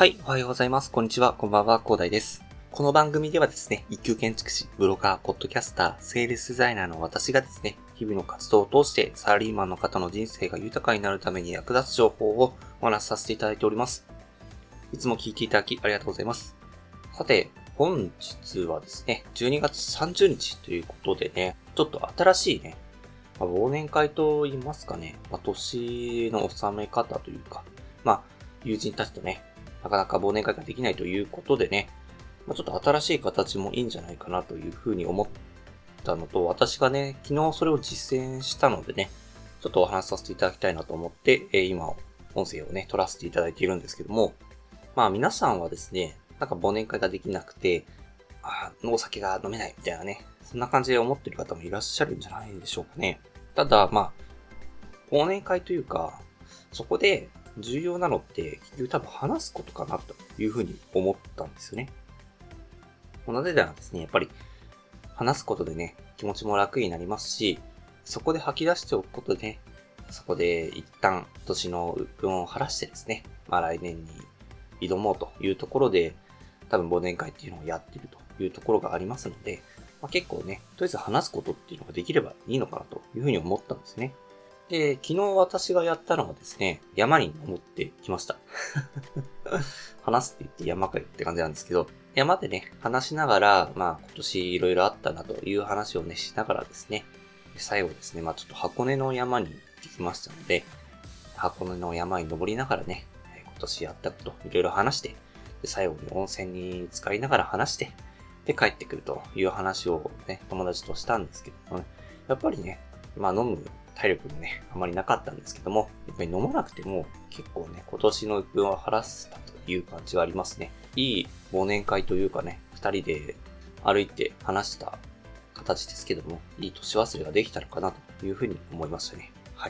はい、おはようございます。こんにちは、こんばんは、広大です。この番組ではですね、一級建築士、ブロガー、ポッドキャスター、セールスデザイナーの私がですね、日々の活動を通してサラリーマンの方の人生が豊かになるために役立つ情報をお話しさせていただいております。いつも聞いていただきありがとうございます。さて、本日はですね、12月30日ということでね、ちょっと新しいね、忘年会と言いますかね、年の収め方というか、友人たちとね、なかなか忘年会ができないということでね、ちょっと新しい形もいいんじゃないかなというふうに思ったのと、私がね、昨日それを実践したのでね、ちょっとお話しさせていただきたいなと思って、今、音声をね、取らせていただいているんですけども、皆さんはですね、なんか忘年会ができなくて、お酒が飲めないみたいなね、そんな感じで思っている方もいらっしゃるんじゃないでしょうかね。ただ、忘年会というか、そこで重要なのって結局多分話すことかなというふうに思ったんですよね。なぜならですね、やっぱり話すことでね、気持ちも楽になりますし、そこで吐き出しておくことで、そこで一旦年の鬱憤を晴らしてですね、来年に挑もうというところで、多分忘年会っていうのをやっているというところがありますので、結構ね、とりあえず話すことっていうのができればいいのかなというふうに思ったんですね。で、昨日私がやったのはですね、山に登ってきました。話すって言って山かよって感じなんですけど、山でね、話しながら、今年いろいろあったなという話をね、しながらですね、最後ですね、ちょっと箱根の山に行ってきましたので、箱根の山に登りながらね、今年やったこといろいろ話して、で最後に温泉に浸かりながら話して、で帰ってくるという話をね、友達としたんですけども、やっぱりね、飲む体力もね、あまりなかったんですけども、やっぱり飲まなくても結構ね、今年の鬱憤を晴らせたという感じがありますね。いい忘年会というかね、二人で歩いて話した形ですけども、いい年忘れができたのかなというふうに思いましたね。はい。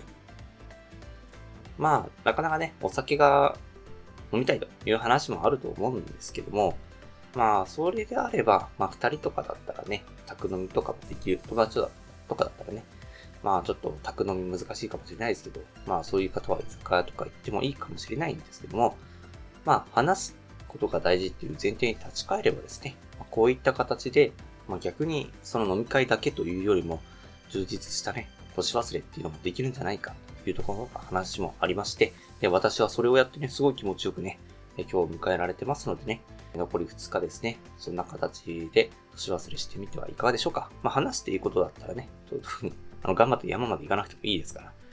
なかなかね、お酒が飲みたいという話もあると思うんですけども、それであれば、二人とかだったらね、宅飲みとかもできる、友達とかだったらね、ちょっと宅飲み難しいかもしれないですけど、そういう方は居酒屋とか行ってもいいかもしれないんですけども、話すことが大事っていう前提に立ち返ればですね、こういった形で、逆にその飲み会だけというよりも、充実したね、年忘れっていうのもできるんじゃないかというところの話もありまして、で、私はそれをやってね、すごい気持ちよくね、今日を迎えられてますのでね、残り2日ですね、そんな形で年忘れしてみてはいかがでしょうか。話すっていうことだったらね、特に頑張って山まで行かなくてもいいですから。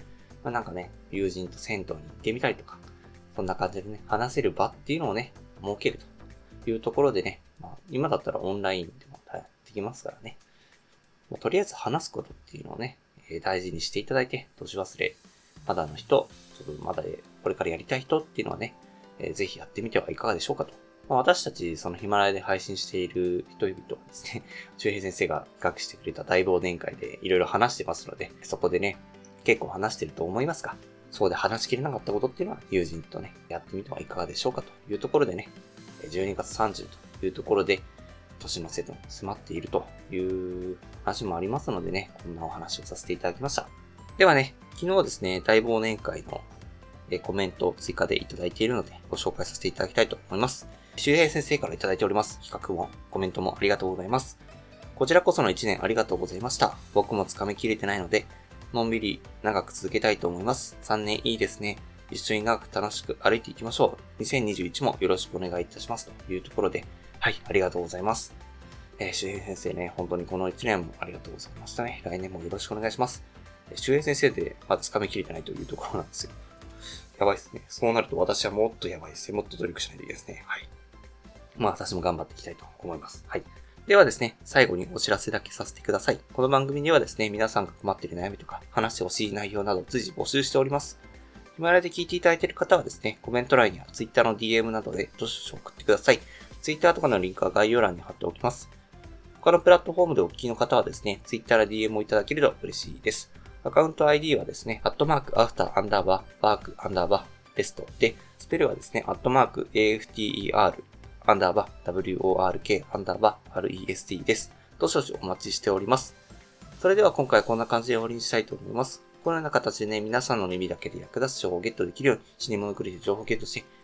なんかね、友人と銭湯に行ってみたりとか、そんな感じでね、話せる場っていうのをね、設けるというところでね、今だったらオンラインでもできますからね。とりあえず話すことっていうのをね、大事にしていただいて、年忘れ、まだの人、ちょっとまだこれからやりたい人っていうのはね、ぜひやってみてはいかがでしょうかと。私たち、そのヒマラヤで配信している人々はですね、周平先生が企画してくれた大忘年会でいろいろ話してますので、そこでね、結構話してると思いますが、そうで話しきれなかったことっていうのは友人とね、やってみてはいかがでしょうかというところでね、12月30というところで、年の瀬と迫っているという話もありますのでね、こんなお話をさせていただきました。ではね、昨日ですね、大忘年会のコメントを追加でいただいているので、ご紹介させていただきたいと思います。周平先生からいただいております。企画もコメントもありがとうございます。こちらこその1年ありがとうございました。僕もつかみきれてないので、のんびり長く続けたいと思います。3年いいですね。一緒に長く楽しく歩いていきましょう。2021もよろしくお願いいたしますというところで、はい、ありがとうございます。周平先生ね、本当にこの1年もありがとうございましたね。来年もよろしくお願いします。周平先生でまだつかみきれてないというところなんですよ。やばいですね。そうなると私はもっとやばいですね。もっと努力しないといけないですね。はい。私も頑張っていきたいと思います。はい。ではですね、最後にお知らせだけさせてください。この番組にはですね、皆さんが困っている悩みとか、話してほしい内容など随時募集しております。ヒマラヤで聞いていただいている方はですね、コメント欄や Twitter の DM などでどしどし送ってください。Twitter とかのリンクは概要欄に貼っておきます。他のプラットフォームでお聞きの方はですね、Twitter や DM をいただけると嬉しいです。アカウント ID はですね、@after_work_best で、スペルはですね、@after_work_rest です。どしどしお待ちしております。それでは今回こんな感じで終わりにしたいと思います。このような形でね、皆さんの耳だけで役立つ情報をゲットできるように、死に物狂いで情報をゲットして、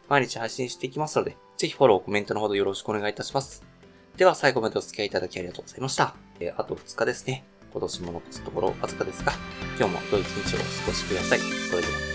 毎日配信していきますので、ぜひフォロー、コメントのほどよろしくお願いいたします。では最後までお付き合いいただきありがとうございました。あと2日ですね。今年も残すところわずかですが、今日も良い一日をお過ごしください。それでは。